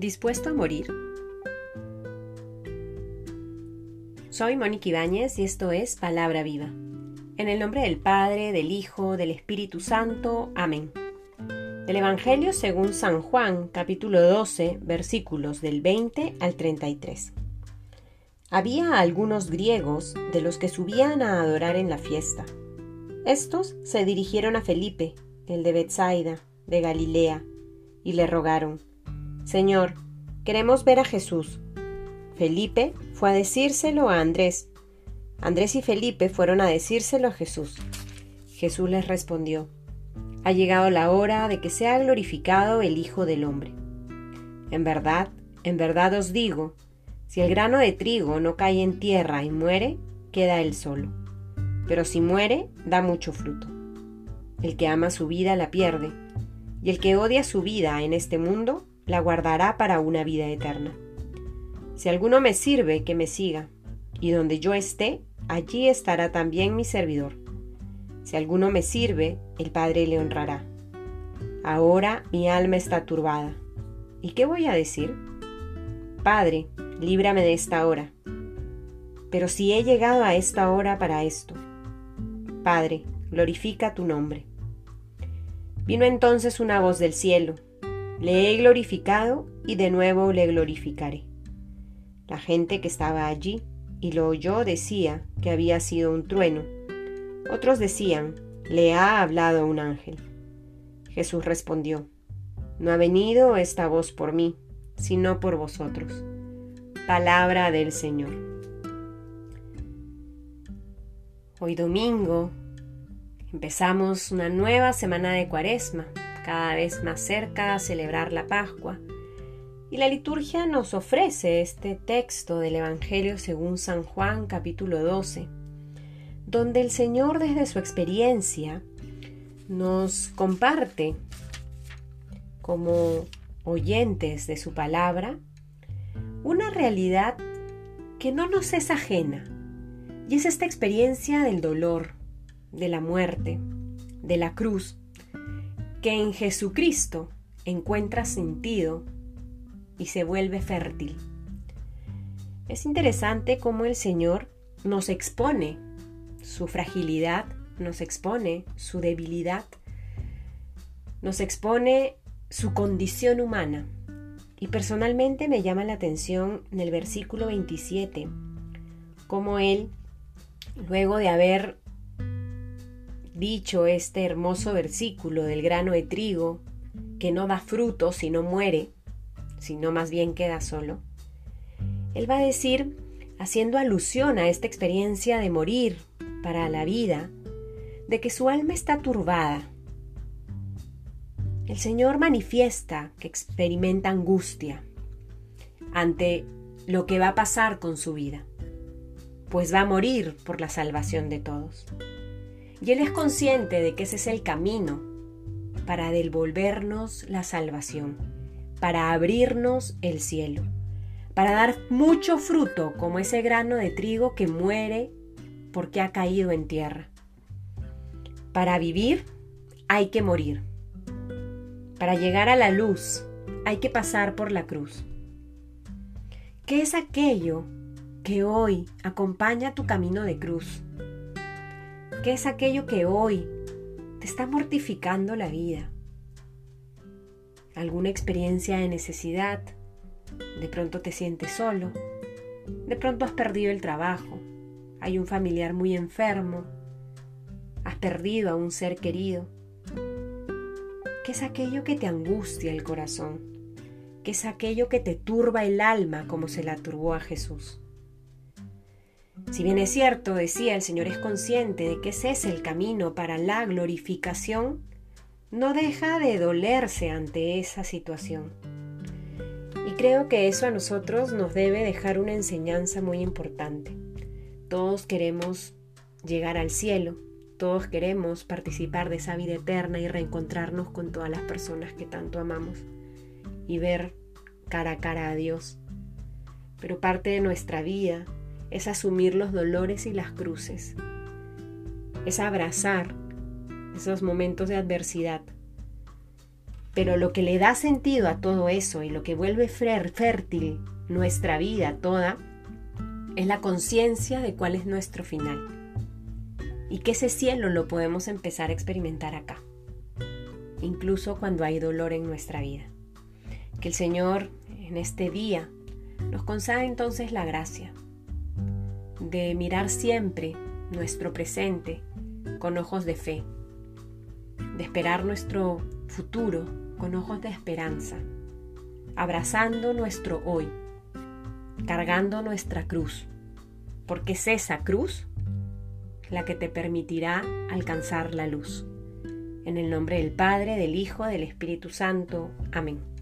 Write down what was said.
¿Dispuesto a morir? Soy Mónica Ibáñez y esto es Palabra Viva. En el nombre del Padre, del Hijo, del Espíritu Santo. Amén. Del Evangelio según San Juan, capítulo 12, versículos del 20 al 33. Había algunos griegos de los que subían a adorar en la fiesta. Estos se dirigieron a Felipe, el de Betsaida, de Galilea, y le rogaron: Señor, queremos ver a Jesús. Felipe fue a decírselo a Andrés. Andrés y Felipe fueron a decírselo a Jesús. Jesús les respondió: Ha llegado la hora de que sea glorificado el Hijo del Hombre. En verdad os digo, si el grano de trigo no cae en tierra y muere, queda él solo. Pero si muere, da mucho fruto. El que ama su vida la pierde, y el que odia su vida en este mundo la guardará para una vida eterna. Si alguno me sirve, que me siga, y donde yo esté, allí estará también mi servidor. Si alguno me sirve, el Padre le honrará. Ahora mi alma está turbada. ¿Y qué voy a decir? Padre, líbrame de esta hora. Pero si he llegado a esta hora para esto. Padre, glorifica tu nombre. Vino entonces una voz del cielo: Le he glorificado y de nuevo le glorificaré. La gente que estaba allí y lo oyó decía que había sido un trueno. Otros decían: Le ha hablado un ángel. Jesús respondió: No ha venido esta voz por mí, sino por vosotros. Palabra del Señor. Hoy domingo empezamos una nueva semana de Cuaresma, cada vez más cerca a celebrar la Pascua. Y la liturgia nos ofrece este texto del Evangelio según San Juan, capítulo 12, donde el Señor desde su experiencia nos comparte, como oyentes de su palabra, una realidad que no nos es ajena, y es esta experiencia del dolor, de la muerte, de la cruz, que en Jesucristo encuentra sentido y se vuelve fértil. Es interesante cómo el Señor nos expone su fragilidad, nos expone su debilidad, nos expone su condición humana. Y personalmente me llama la atención en el versículo 27, cómo Él, luego de haber dicho este hermoso versículo del grano de trigo, que no da fruto si no muere, sino más bien queda solo, Él va a decir, haciendo alusión a esta experiencia de morir para la vida, de que su alma está turbada. El Señor manifiesta que experimenta angustia ante lo que va a pasar con su vida, pues va a morir por la salvación de todos. Y Él es consciente de que ese es el camino para devolvernos la salvación, para abrirnos el cielo, para dar mucho fruto como ese grano de trigo que muere porque ha caído en tierra. Para vivir hay que morir. Para llegar a la luz hay que pasar por la cruz. ¿Qué es aquello que hoy acompaña tu camino de cruz? ¿Qué es aquello que hoy te está mortificando la vida? ¿Alguna experiencia de necesidad? De pronto te sientes solo. De pronto has perdido el trabajo. Hay un familiar muy enfermo. Has perdido a un ser querido. ¿Qué es aquello que te angustia el corazón? ¿Qué es aquello que te turba el alma como se la turbó a Jesús? Si bien es cierto, decía, el Señor es consciente de que ese es el camino para la glorificación, no deja de dolerse ante esa situación. Y creo que eso a nosotros nos debe dejar una enseñanza muy importante. Todos queremos llegar al cielo, todos queremos participar de esa vida eterna y reencontrarnos con todas las personas que tanto amamos y ver cara a cara a Dios. Pero parte de nuestra vida es asumir los dolores y las cruces, es abrazar esos momentos de adversidad, Pero lo que le da sentido a todo eso y lo que vuelve fértil nuestra vida toda es la conciencia de cuál es nuestro final y que ese cielo lo podemos empezar a experimentar acá, incluso cuando hay dolor en nuestra vida. Que el Señor en este día nos conceda entonces la gracia de mirar siempre nuestro presente con ojos de fe, de esperar nuestro futuro con ojos de esperanza, abrazando nuestro hoy, cargando nuestra cruz, porque es esa cruz la que te permitirá alcanzar la luz. En el nombre del Padre, del Hijo, del Espíritu Santo. Amén.